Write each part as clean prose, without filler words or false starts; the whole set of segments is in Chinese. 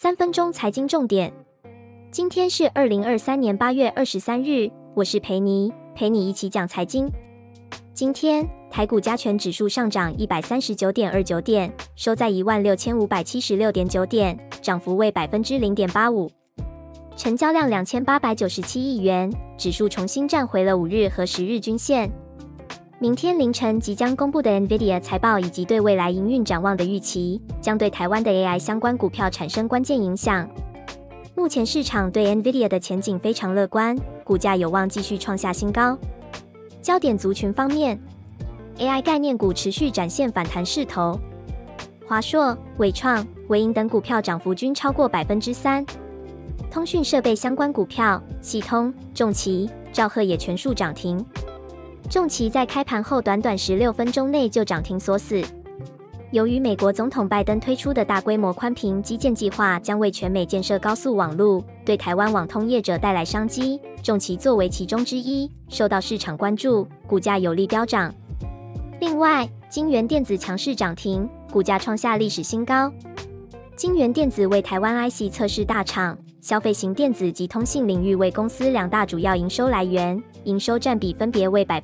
3分钟财经重点。今天是2023年8月23日，我是裴妮，陪你一起讲财经。今天台股加权指数上涨139.29点，收在16576.9点，涨幅为 0.85%。成交量2897亿元，指数重新站回了5日和10日均线。明天凌晨即将公布的 NVIDIA 财报以及对未来营运展望的预期，将对台湾的 AI 相关股票产生关键影响。目前市场对 NVIDIA 的前景非常乐观，股价有望继续创下新高。焦点族群方面 ，AI 概念股持续展现反弹势头，华硕、伟创、微银等股票涨幅均超过 3%。通讯设备相关股票，系通、重旗、兆赫也全数涨停。重旗在开盘后短短16分钟内就涨停锁死。由于美国总统拜登推出的大规模宽频基建计划将为全美建设高速网路，对台湾网通业者带来商机，重旗作为其中之一，受到市场关注，股价有力飙涨。另外，晶圆电子强势涨停，股价创下历史新高。晶圆电子为台湾 IC 测试大厂，消费型电子及通信领域为公司两大主要营收来源，营收占比分别为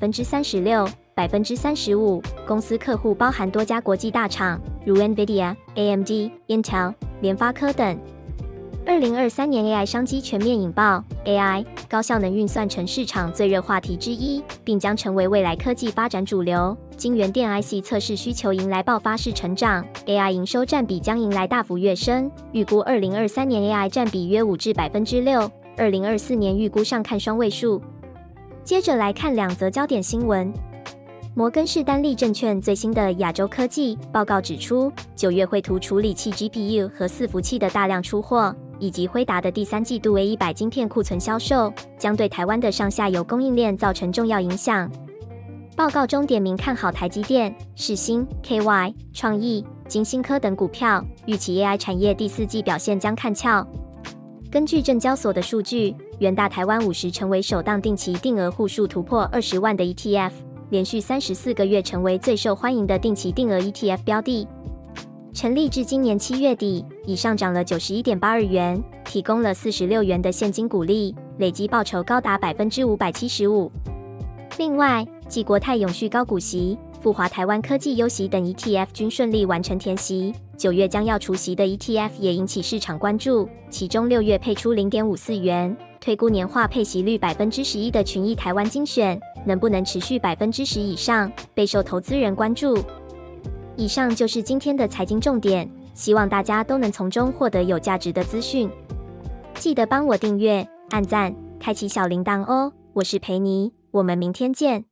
36%、35%。公司客户包含多家国际大厂，如 NVIDIA、AMD、Intel、联发科等。2023年 AI 商机全面引爆 ，AI 高效能运算成市场最热话题之一，并将成为未来科技发展主流。晶圆电 IC 测试需求迎来爆发式成长 ，AI 营收占比将迎来大幅跃升，预估2023年 AI 占比约5至 6%，2024年预估上看双位数。接着来看两则焦点新闻。摩根士丹利证券最新的亚洲科技报告指出，9月绘图处理器 GPU 和伺服器的大量出货，以及辉达的第三季度 A100 晶片库存销售，将对台湾的上下游供应链造成重要影响。报告中点名看好台积电、世芯、KY、创意、晶心科等股票，预期 AI 产业第4季表现将看俏。根据证交所的数据，元大台湾50成为首档定期定额户数突破20万的 ETF， 连续34个月成为最受欢迎的定期定额 ETF 标的。成立至今年7月底，已上涨了 91.82 元，提供了46元的现金股利，累计报酬高达 575%。另外，继国泰永续高股息、富华台湾科技优息等 ETF 均顺利完成填息，9月将要除息的 ETF 也引起市场关注，其中6月配出 0.54 元，推估年化配息率 11% 的群益台湾精选，能不能持续 10% 以上，备受投资人关注。以上就是今天的财经重点，希望大家都能从中获得有价值的资讯。记得帮我订阅、按赞、开启小铃铛哦。我是裴妮，我们明天见。